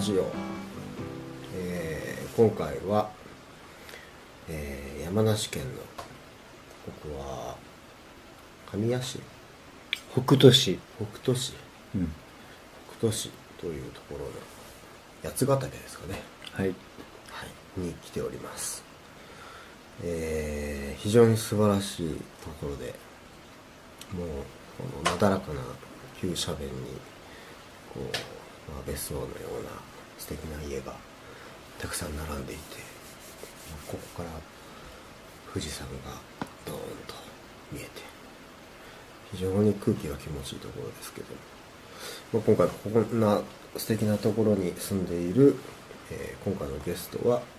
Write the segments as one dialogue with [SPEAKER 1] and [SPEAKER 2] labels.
[SPEAKER 1] ジオ、今回は、山梨県の僕は神谷市
[SPEAKER 2] 北杜市、
[SPEAKER 1] 北杜市というところの八ヶ岳ですかね、
[SPEAKER 2] はい、
[SPEAKER 1] に来ております。非常に素晴らしいところで、もうこのなだらかな急斜面にこう、別荘のような素敵な家がたくさん並んでいて、ここから富士山がドーンと見えて、非常に空気が気持ちいいところですけど、今回こんな素敵なところに住んでいる、今回のゲストは、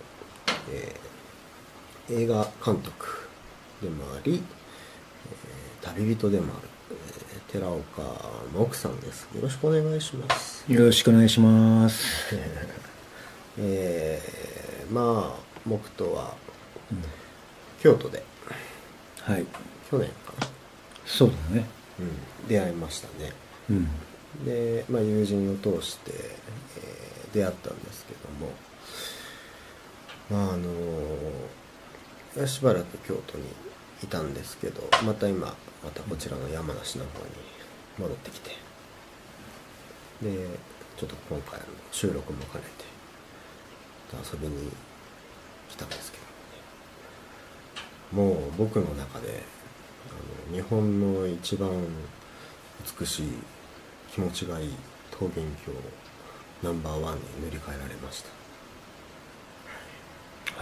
[SPEAKER 1] 映画監督でもあり、旅人でもある、寺岡木さんです。よろしくお願いします。
[SPEAKER 2] よろしくお願いします。
[SPEAKER 1] 木とは、京都で、
[SPEAKER 2] はい、
[SPEAKER 1] 去年かな、
[SPEAKER 2] そうだね、
[SPEAKER 1] 出会いましたね。で、友人を通して、出会ったんですけども、しばらく京都にいたんですけど、またこちらの山梨の方に戻ってきて、でちょっと今回の収録も兼ねて遊びに来たんですけども、もう僕の中で日本の一番美しい気持ちがいい桃源郷ナンバーワンに塗り替えられました。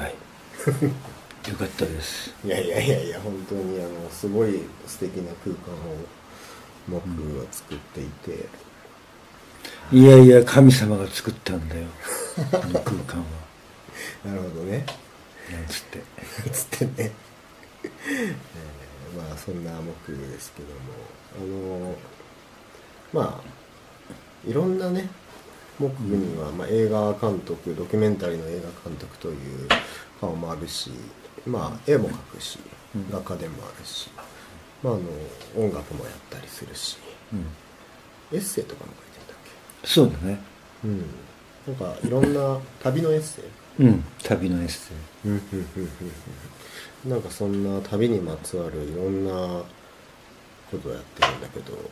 [SPEAKER 2] はいよかったです。
[SPEAKER 1] いや本当にすごい素敵な空間を木が作っていて、
[SPEAKER 2] いやいや神様が作ったんだよこの空間は。
[SPEAKER 1] なるほどね、
[SPEAKER 2] なんつって
[SPEAKER 1] ねそんな木ですけども、いろんなね木には、映画監督、ドキュメンタリーの映画監督という顔もあるし、絵も描くし、画家でもあるし、音楽もやったりするし、エッセイとかも書いてるんだっけ。
[SPEAKER 2] そうだね、
[SPEAKER 1] なんかいろんな旅のエッセイ、
[SPEAKER 2] 旅のエッセイ、
[SPEAKER 1] なんかそんな旅にまつわるいろんなことをやってるんだけど、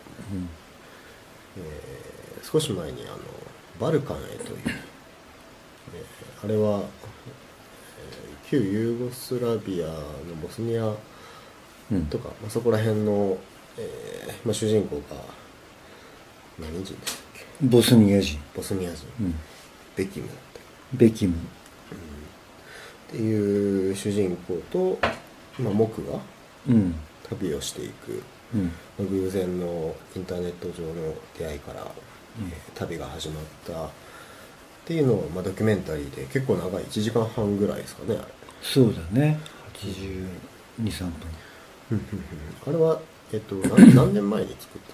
[SPEAKER 1] 少し前にバルカンへという、あれは、旧ユーゴスラビアのボスニアとか、そこら辺の、主人公が何人でしたっけ。
[SPEAKER 2] ボスニア人、
[SPEAKER 1] ベキムだった、っていう主人公と、木が旅をしていく、偶然のインターネット上の出会いから、旅が始まったっていうのを、ドキュメンタリーで結構長い1時間半ぐらいですかね、あれ。
[SPEAKER 2] そうだね、82、3分。
[SPEAKER 1] あれは、何年前に作った？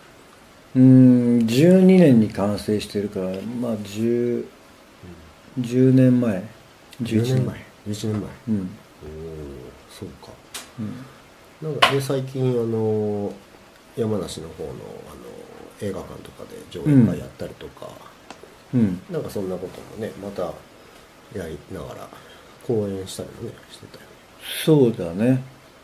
[SPEAKER 2] 12年に完成してるから、10年前、11年前。
[SPEAKER 1] 11年前。そうか。なんかで最近山梨の方の映画館とかで上映会やったりとか、なんかそんなこともねまたやりながら公演したりもねしてたよね。
[SPEAKER 2] そうだね、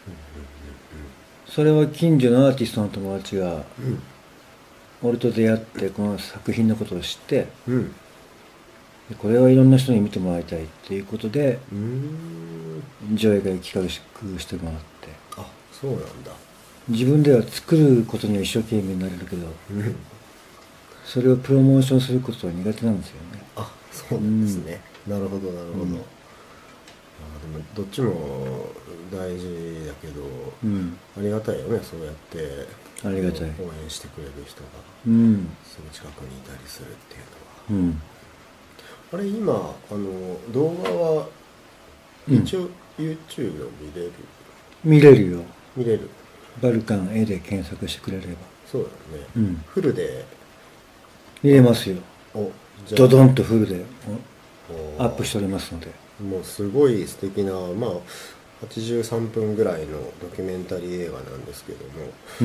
[SPEAKER 2] それは近所のアーティストの友達が俺と出会ってこの作品のことを知って、これはいろんな人に見てもらいたいっていうことで上映会企画してもらって。
[SPEAKER 1] あ、そうなんだ。
[SPEAKER 2] 自分では作ることには一生懸命になれるけど、それをプロモーションすることは苦手なんですよね。
[SPEAKER 1] あ、そうなんですね、なるほど、でもどっちも大事だけど、ありがたいよね、そうやって
[SPEAKER 2] ありがたい
[SPEAKER 1] 応援してくれる人がすぐ近くにいたりするっていうのは、あれ今動画は一応 YouTube を
[SPEAKER 2] 見れるよ。
[SPEAKER 1] 見れる。
[SPEAKER 2] バルカン絵で検索してくれれば。
[SPEAKER 1] そうだよね、フルで
[SPEAKER 2] 見れますよ。ドドンとフルでアップしておりますので。
[SPEAKER 1] もうすごい素敵な83分ぐらいのドキュメンタリー映画なんですけど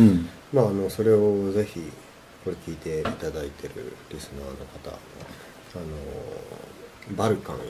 [SPEAKER 1] も、それをぜひこれ聞いていただいてるリスナーの方バルカンへって、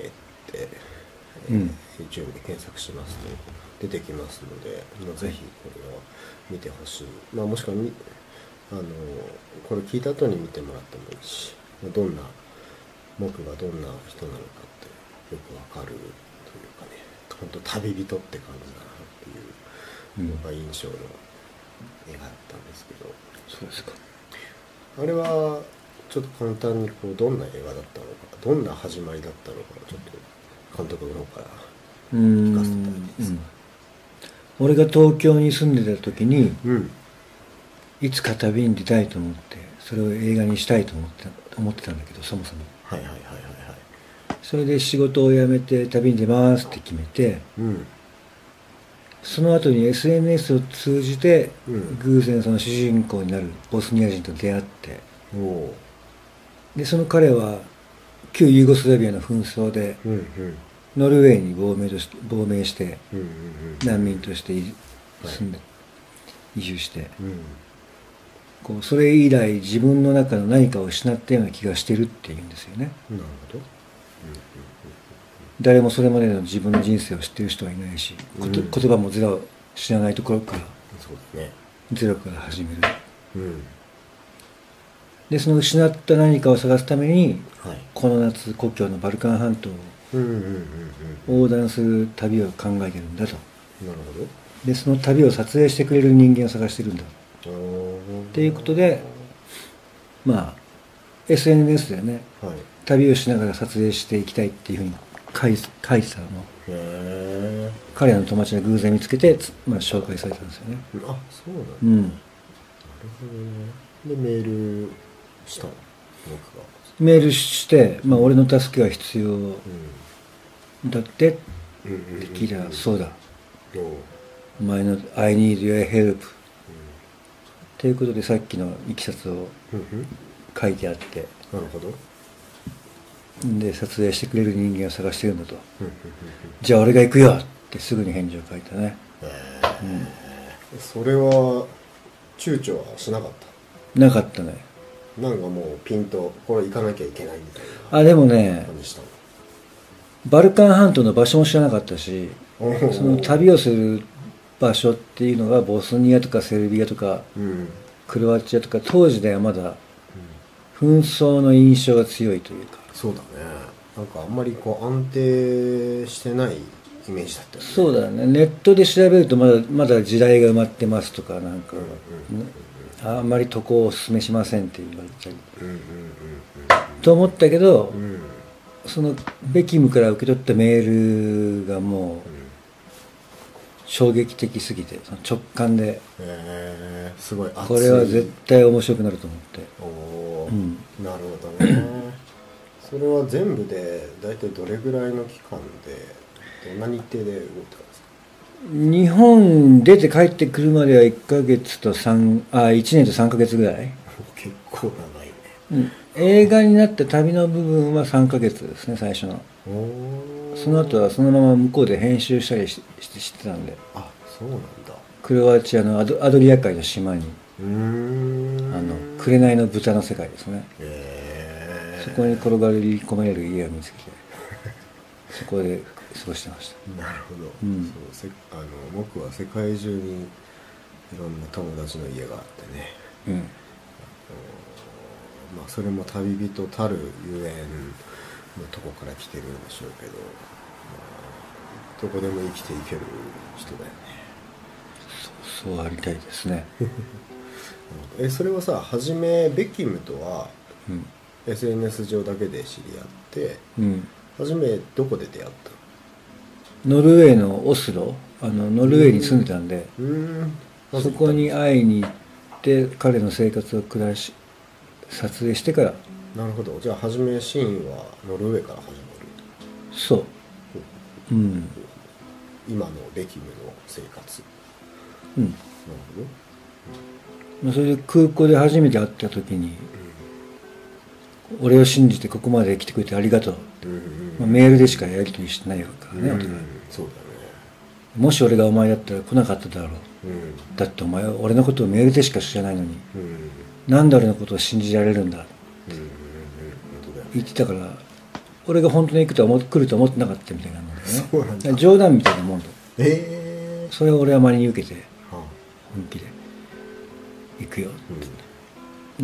[SPEAKER 2] うん、
[SPEAKER 1] YouTube で検索しますと出てきますので、ぜひこれを見てほしい。もしくはこれ聞いた後に見てもらってもいいし、どんな僕がどんな人なのかってよくわかるというかね、本当旅人って感じだなっていうのが印象の映画だったんですけど、
[SPEAKER 2] そうですか。
[SPEAKER 1] あれはちょっと簡単にどんな映画だったのか、どんな始まりだったのかちょっと監督の方から聞かせていただきますか。
[SPEAKER 2] 俺が東京に住んでた時に、
[SPEAKER 1] うん、
[SPEAKER 2] いつか旅に出たいと思って、それを映画にしたいと思ってたんだけど、そもそも。
[SPEAKER 1] はいはいはいはいはい。
[SPEAKER 2] それで仕事を辞めて旅に出ますって決めて、
[SPEAKER 1] うん、
[SPEAKER 2] その後に SNS を通じて、
[SPEAKER 1] うん、
[SPEAKER 2] 偶然その主人公になるボスニア人と出会って、
[SPEAKER 1] お
[SPEAKER 2] でその彼は旧ユーゴスラビアの紛争で
[SPEAKER 1] うんうん
[SPEAKER 2] ノルウェーに亡命して
[SPEAKER 1] うんうん
[SPEAKER 2] 難民として住んで、移住して、それ以来自分の中の何かを失ったような気がしてるっていうんですよね。
[SPEAKER 1] なるほど。
[SPEAKER 2] 誰もそれまでの自分の人生を知ってる人はいないし、言葉もゼロ知らないところからゼロから始める。でその失った何かを探すために、この夏故郷のバルカン半島を横断する旅を考えてるんだと。
[SPEAKER 1] なるほど。
[SPEAKER 2] でその旅を撮影してくれる人間を探してるんだっていうことで、SNS でね、旅をしながら撮影していきたいっていうふうに書いてたの。彼らの友達が偶然見つけて、紹介されたんですよね。
[SPEAKER 1] あ、そうなんだ。なるほどね。でメールしたの、僕が。メ
[SPEAKER 2] ールして、俺の助けが必要だってって聞いたら、そうだ。お前の I need your help、ということでさっきのいきさつを書いてあって、
[SPEAKER 1] なるほど。
[SPEAKER 2] で撮影してくれる人間を探してるんだと、じゃあ俺が行くよってすぐに返事を書いたね。
[SPEAKER 1] それは躊躇はしなかった？
[SPEAKER 2] なかったね。
[SPEAKER 1] なんかもうピンとこれ行かなきゃいけないみたいな。
[SPEAKER 2] でもね、バルカン半島の場所も知らなかったし、その旅をする場所っていうのがボスニアとかセルビアとか、クロアチアとか、当時ではまだ紛争の印象が強いというか。
[SPEAKER 1] そうだね。なんかあんまり安定してないイメージだったよね。
[SPEAKER 2] そうだね。ネットで調べるとまだ時代が埋まってますとか、なんか、あんまり渡航をお勧めしませんって言われたりと思ったけど、そのベキムから受け取ったメールがもう衝撃的すぎて、その直感で、
[SPEAKER 1] すごい熱い。
[SPEAKER 2] これは絶対面白くなると思って。
[SPEAKER 1] なるほどね。それは全部で大体どれぐらいの期間で、どんな日程で動いてたんですか？
[SPEAKER 2] 日本出て帰ってくるまでは1年と3ヶ月ぐらい。
[SPEAKER 1] 結構長いね。
[SPEAKER 2] 映画になった旅の部分は3ヶ月ですね、最初の。その後はそのまま向こうで編集したりしてたんで。
[SPEAKER 1] あ、そうなんだ。
[SPEAKER 2] クロアチアのアドリア海の島に、紅の豚の世界ですね。そこに転がり込める家を見つけてそこで過ごしてました。
[SPEAKER 1] なるほど。僕は世界中にいろんな友達の家があってね、それも旅人たるゆえんのとこから来てるんでしょうけど、どこでも生きていける人だよね。
[SPEAKER 2] そうありたいですね。
[SPEAKER 1] それはさ、初めベキムとは、SNS 上だけで知り合って、初めどこで出会った
[SPEAKER 2] の？ノルウェーのオスロ、ノルウェーに住んでたんで、そこに会いに行って彼の生活を撮影してから。
[SPEAKER 1] なるほど。じゃあ初めシーンはノルウェーから始まる。
[SPEAKER 2] そう。
[SPEAKER 1] 今のベキムの生活。
[SPEAKER 2] なるほど。それで空港で初めて会った時に、俺を信じてここまで来てくれてありがとう。メールでしかやり取りしてないからね、お互い。
[SPEAKER 1] そうだね。
[SPEAKER 2] もし俺がお前だったら来なかっただろう。だってお前は俺のことをメールでしか知らないのに、なんで俺のことを信じられるんだって言ってたから、俺が本当に来るとは思ってなかったみたいなもんだよね。
[SPEAKER 1] そうなんだ。
[SPEAKER 2] 冗談みたいなもんだ。それを俺は真に受けて、
[SPEAKER 1] はあ、
[SPEAKER 2] 本気で行くよって、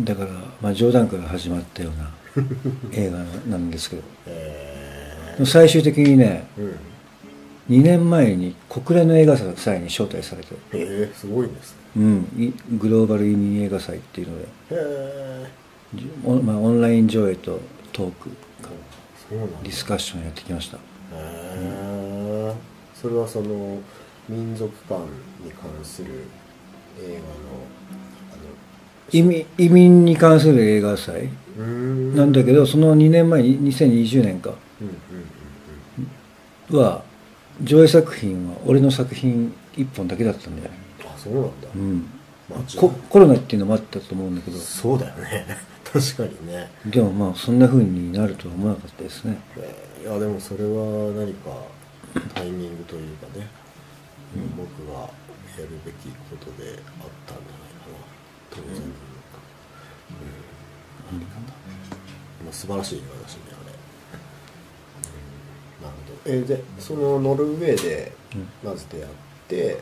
[SPEAKER 2] だから、まあ、冗談から始まったような映画なんですけど、最終的にね、2年前に国連の映画祭に招待されて、
[SPEAKER 1] すごいんです
[SPEAKER 2] ね。グローバル移民映画祭っていうので、まあ、オンライン上映とトークディスカッションやってきました。
[SPEAKER 1] それはその民族間に関する映
[SPEAKER 2] 画の移民に関する映画祭なんだけど、その2年前に2020年かは上映作品は俺の作品1本だけだったんだよね。
[SPEAKER 1] あ、そうなんだ。
[SPEAKER 2] まあ、コロナっていうのもあったと思うんだけど。
[SPEAKER 1] そうだよね確かにね。
[SPEAKER 2] でもまあそんな風になるとは思わなかったですね。
[SPEAKER 1] いやでもそれは何かタイミングというかね、僕がやるべきことであったんじゃないかな、当然。素晴らしい映画だしね、あれ。なるほど。でそのノルウェーでまず出会って、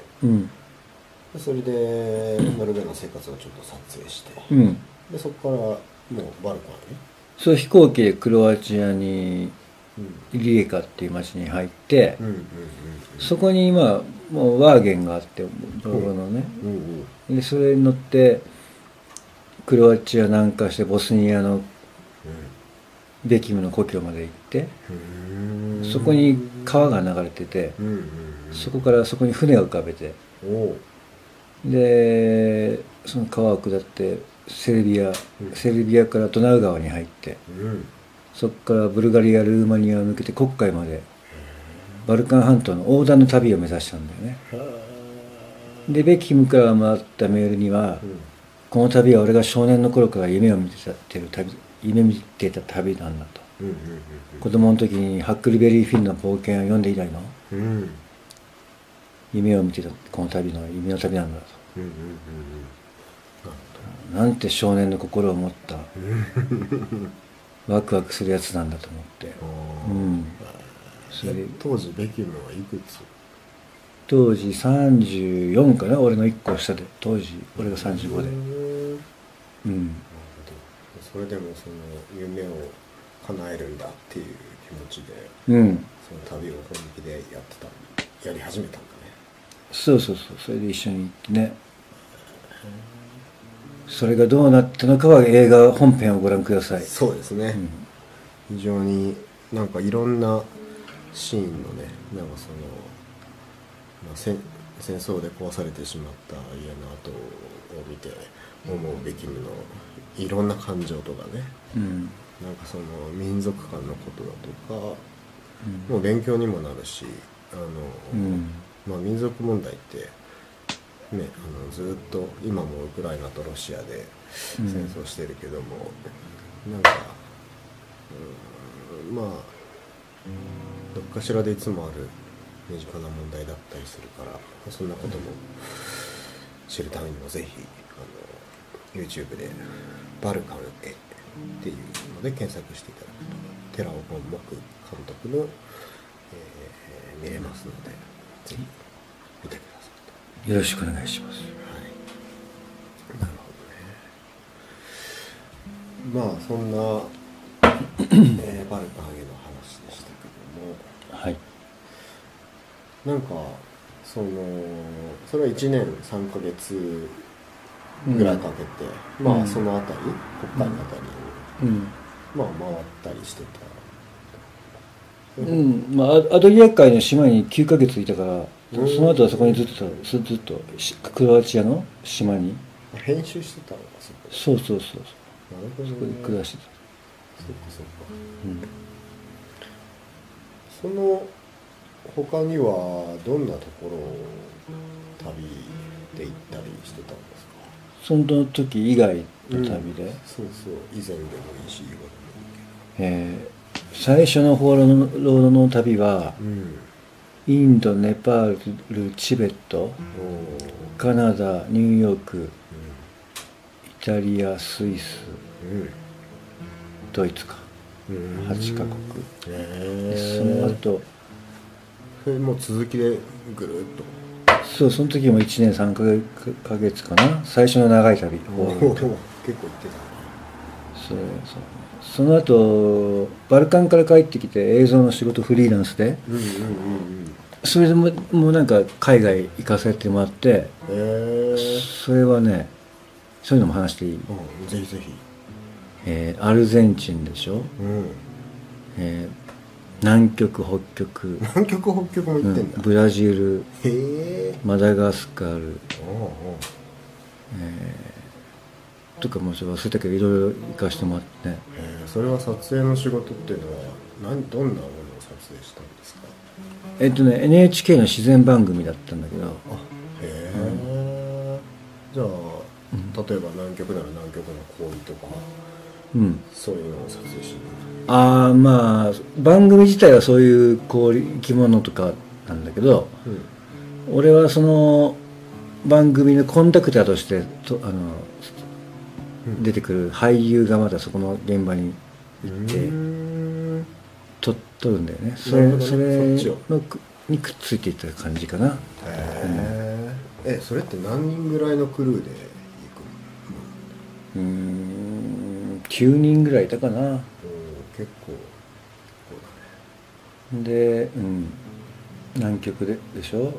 [SPEAKER 1] それでノルウェーの生活をちょっと撮影して、でそこからもうバルカンに、
[SPEAKER 2] そう、飛行機でクロアチアにリエカっていう町に入って、そこにまあもうワーゲンがあってボロボロのね、でそれに乗ってクロアチア南下してボスニアのベキムの故郷まで行って、そこに川が流れてて、そこからそこに船を浮かべて、でその川を下ってセルビアからドナウ川に入って、そこからブルガリアルーマニアを抜けて黒海までバルカン半島の横断の旅を目指したんだよね。でベキムから回ったメールには、この旅は俺が少年の頃から夢見てた旅なんだと、子供の時にハックルベリー・フィンの冒険を読んで以来の、夢を見てたこの旅の夢の旅なんだと、なんて少年の心を持ったワクワクするやつなんだと思って、
[SPEAKER 1] それで当時ベキムはいくつ？
[SPEAKER 2] 当時34かな、俺の1個下で、当時俺が35で。
[SPEAKER 1] それでもその夢を叶えるんだっていう気持ちで、その旅を本気でやり始めたんだね。
[SPEAKER 2] そう、それで一緒に行ってね。それがどうなったのかは映画本編をご覧ください。
[SPEAKER 1] そうですね、非常になんかいろんなシーンのね、なんかその、戦争で壊されてしまった家の跡を見て思うべきもの、いろんな感情とかね、なんかその民族間のことだとか、もう勉強にもなるし、民族問題ってね、ずっと今もウクライナとロシアで戦争してるけども、なんかどっかしらでいつもある身近な問題だったりするから、そんなことも知るためにもぜひYouTube でバルカンへっていうので検索していただくと寺尾本木監督の、見れますので、ぜひ見てください。
[SPEAKER 2] よろしくお願いします。
[SPEAKER 1] なるほどね。そんな、バルカンへの話でしたけども、なんかそれは1年3ヶ月ぐらいかけて、そのあたり、北海のあたりを、回ったりしてた。
[SPEAKER 2] アドリア海の島に9ヶ月いたから、その後はそこにずっとクロアチアの島に
[SPEAKER 1] 編集してたのか。
[SPEAKER 2] そう。なるほどね。そこで暮らしてた。
[SPEAKER 1] そっか。その他にはどんなところを旅で行ったりしてたんですか？
[SPEAKER 2] その時以外の旅で、
[SPEAKER 1] そう以前でもいいし、以後でもいいけど、
[SPEAKER 2] 最初の放浪の旅は、インド、ネパール、チベット、カナダ、ニューヨーク、イタリア、スイス、ドイツか。 8カ国。その後
[SPEAKER 1] それもう続きでぐるっと。
[SPEAKER 2] そう、その時も1年3ヶ月かな、最初の長い旅。
[SPEAKER 1] 結構行ってたね。
[SPEAKER 2] そう。その後バルカンから帰ってきて映像の仕事フリーランスで、それでもうなんか海外行かせてもらって、それはね、そういうのも話していい？
[SPEAKER 1] ぜひぜひ。
[SPEAKER 2] アルゼンチンでしょ、南極北極
[SPEAKER 1] も行ってんだ、
[SPEAKER 2] ブラジル、マダガスカル、とかもちょっと忘れたけどいろいろ行かしてもらってね。
[SPEAKER 1] それは撮影の仕事っていうのはどんなものを撮影したんですか
[SPEAKER 2] ？NHK の自然番組だったんだけど。
[SPEAKER 1] じゃあ、例えば南極なら南極の氷とか、そういうのを撮影してる。
[SPEAKER 2] まあ番組自体はそういう生き物とかなんだけど、俺はその番組のコンタクターとして出てくる俳優がまだそこの現場に行って撮るんだよね。それにくっついていった感じかな。
[SPEAKER 1] それって何人ぐらいのクルーで行くの
[SPEAKER 2] ？9人ぐらいいたかな。
[SPEAKER 1] 結構
[SPEAKER 2] だね。で、南極でしょ、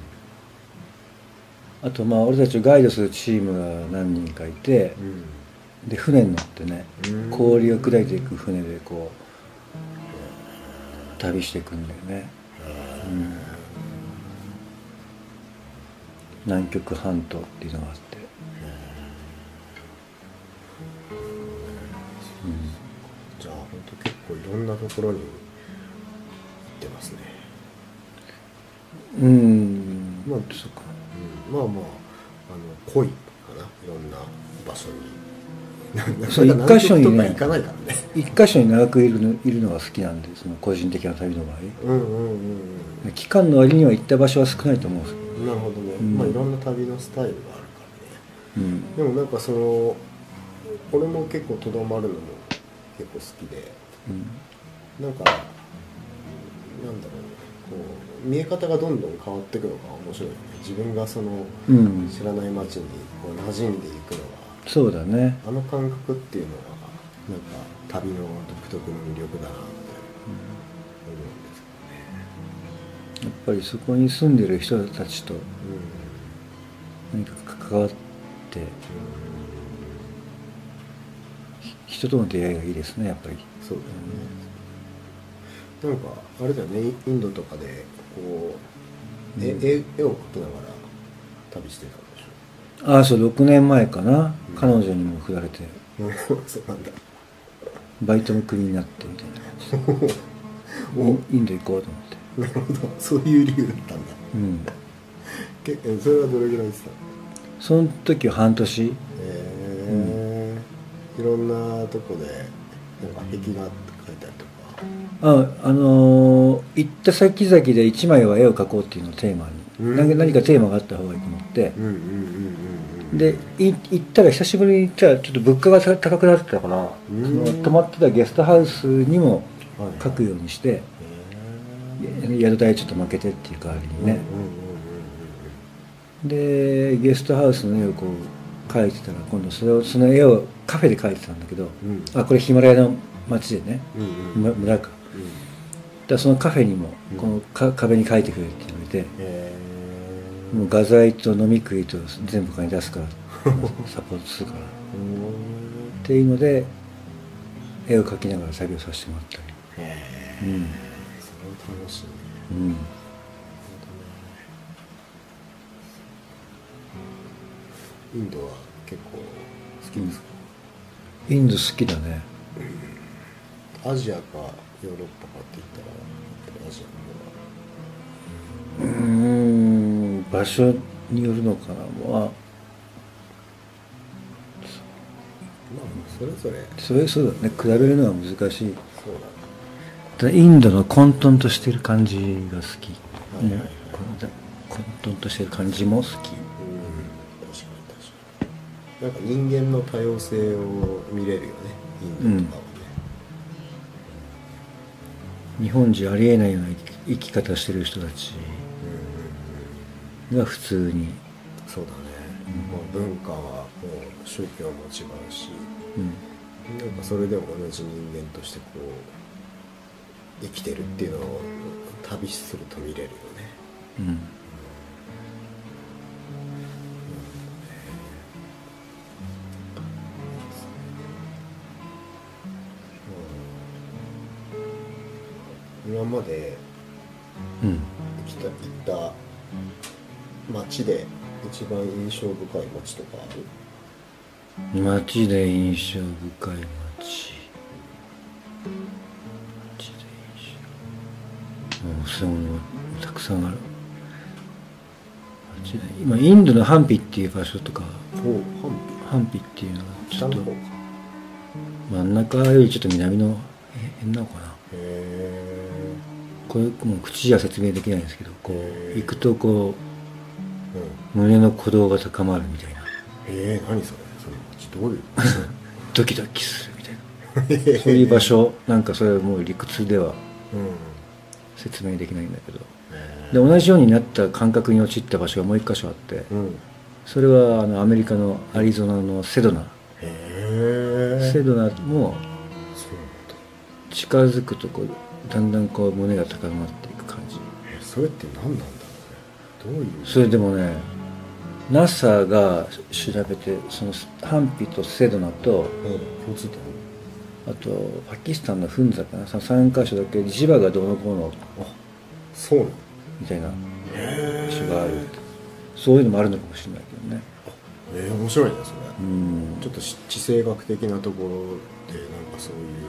[SPEAKER 2] あと俺たちをガイドするチームが何人かいて、で船に乗ってね、氷を砕いていく船でこう旅していくんだよね。南極半島っていうのがあって、
[SPEAKER 1] じゃあ本当結構いろんなところに行ってますね。
[SPEAKER 2] そっか。
[SPEAKER 1] 濃いかな、いろんな場所に。
[SPEAKER 2] そう、一箇所にね、
[SPEAKER 1] 行かないからね。
[SPEAKER 2] 一箇所に長くいるのが好きなんで、その個人的な旅の場合。期間の割には行った場所は少ないと思うんですけど。
[SPEAKER 1] なるほどね。いろんな旅のスタイルがあるからね。でもなんか俺も結構とどまるのも結構好きで、なんかなんだろうね、見え方がどんどん変わっていくのが面白いね。自分が知らない街に馴染んでいくのが、
[SPEAKER 2] そうだね。
[SPEAKER 1] あの感覚っていうのはなんか旅の独特の魅力だなって思うんですけどね。
[SPEAKER 2] やっぱりそこに住んでる人たちと何か関わって、人との出会いがいいですね、やっぱり。
[SPEAKER 1] そうだよね。なんかあれだよね、インドとかで絵を描きながら旅してたんでしょ。
[SPEAKER 2] そう、6年前かな、彼女にも振られて
[SPEAKER 1] そうなんだ。
[SPEAKER 2] バイトの国になってみたいな感じでインド行こうと思って。
[SPEAKER 1] なるほど、そういう理由だったんだ。それはどれぐらいですか？
[SPEAKER 2] その時は半年。
[SPEAKER 1] いろんなとこでなんか壁画って書いてあるとか。
[SPEAKER 2] 行った先々で1枚は絵を描こうっていうのをテーマに、何かテーマがあった方がいいと思って、で行ったら久しぶりに行ったらちょっと物価が高くなってたから、泊まってたゲストハウスにも描くようにして、宿代ちょっと負けてっていう代わりにね、でゲストハウスの絵をこう描いてたら、今度その絵をカフェで描いてたんだけど、これヒマラヤの町でね、村か、そのカフェにもこの壁に描いてくれって言われて、もう画材と飲み食いと全部金出すからサポートするからっていうので絵を描きながら作業させてもらったり。
[SPEAKER 1] それは楽しいね。インドは結構好きですか？
[SPEAKER 2] インド好きだね。
[SPEAKER 1] アジアかヨーロッパかって言ったらやっぱりアジアの方が。
[SPEAKER 2] 場所によるのかな。
[SPEAKER 1] それぞれ
[SPEAKER 2] そうだね、比べるのは難しい。
[SPEAKER 1] そうだね。
[SPEAKER 2] インドの混沌としてる感じが好き。混沌としてる感じも好き。
[SPEAKER 1] 確かになんか人間の多様性を見れるよね、インドとかはね。
[SPEAKER 2] 日本じゃありえないような生き方してる人たちが普通に、
[SPEAKER 1] そうだね、もう文化はもう宗教も違うし、なんかそれでも同じ人間としてこう生きてるっていうのを旅すると見れるよね。今まで行った街で一番印象深い街とかある？
[SPEAKER 2] 街で印象深い街そういうのたくさんある。街で今インドのハンピっていう場所とか、ハンピっていうのがちょっと真ん中よりちょっと南の辺なのかな。これもう口じゃ説明できないんですけど、こう行くとこう、胸の鼓動が高まるみたいな。
[SPEAKER 1] 何それ？どういう
[SPEAKER 2] ドキドキするみたいなそういう場所、なんかそれはもう理屈では説明できないんだけど、で同じようになった感覚に陥った場所がもう一箇所あって、それはアメリカのアリゾナのセドナ。セドナも近づくとこうだんだんこう胸が高まっていく感じ。
[SPEAKER 1] それって何なんだろうね。どういう？
[SPEAKER 2] それでもね、NASA が調べて、そのハンピとセドナと、あとパキスタンのフンザかな、3カ所だけ磁場がどうのこうの
[SPEAKER 1] そうなの
[SPEAKER 2] みたいな場所がある。そういうのもあるのかもしれないけどね。
[SPEAKER 1] 面白いねそれ。ちょっと地政学的なところでなんか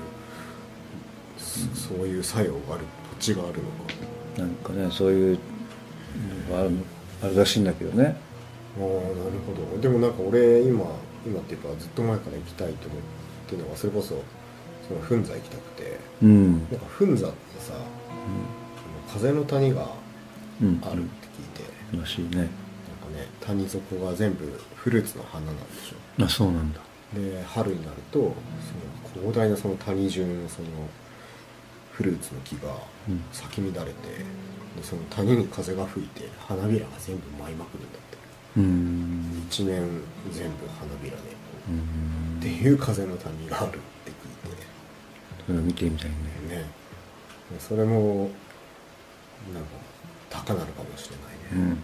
[SPEAKER 1] そういう作用がある土地があるのか。
[SPEAKER 2] なんかね、そういうのがあるらしいんだけどね。
[SPEAKER 1] なるほど。でもなんか俺今っていうかずっと前から行きたいと思ってるのは、それこそそのフンザ行きたくて、なんかフンザってさ、風の谷があるって聞いて、
[SPEAKER 2] らしいね。
[SPEAKER 1] なんかね、谷底が全部フルーツの花なんでしょ。
[SPEAKER 2] そうなんだ。
[SPEAKER 1] で春になるとその広大なその谷中のそのフルーツの木が咲き乱れて、でその谷に風が吹いて花びらが全部舞いまくるんだって。一年全部花びらで、っていう風の谷があるって聞いて、
[SPEAKER 2] それを見てみたいね。
[SPEAKER 1] それもなんか高なるかもしれないね。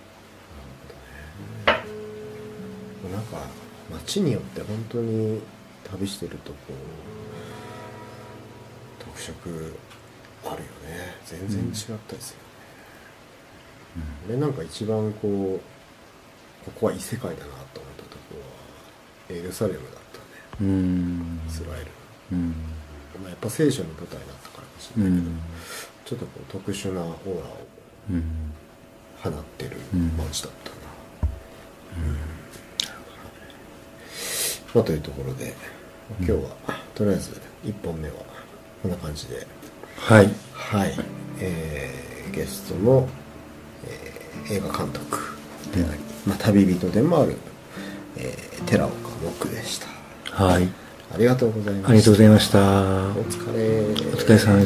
[SPEAKER 1] なるほどね。なんか街によって本当に旅してるとこう特色あるよね。全然違ったりするよね。俺なんか一番ここは異世界だなと思ったところはエルサレムだったね。イスラエル。やっぱ聖書の舞台だったからかもしれないけど、ちょっとこう特殊なオーラを放ってる街だったな。というところで今日はとりあえず1本目はこんな感じで、ゲストの、映画監督であり、旅人でもある、寺岡木でした。ありがとうございました。
[SPEAKER 2] ありがとうございました。
[SPEAKER 1] お疲れ。
[SPEAKER 2] お疲れ様です。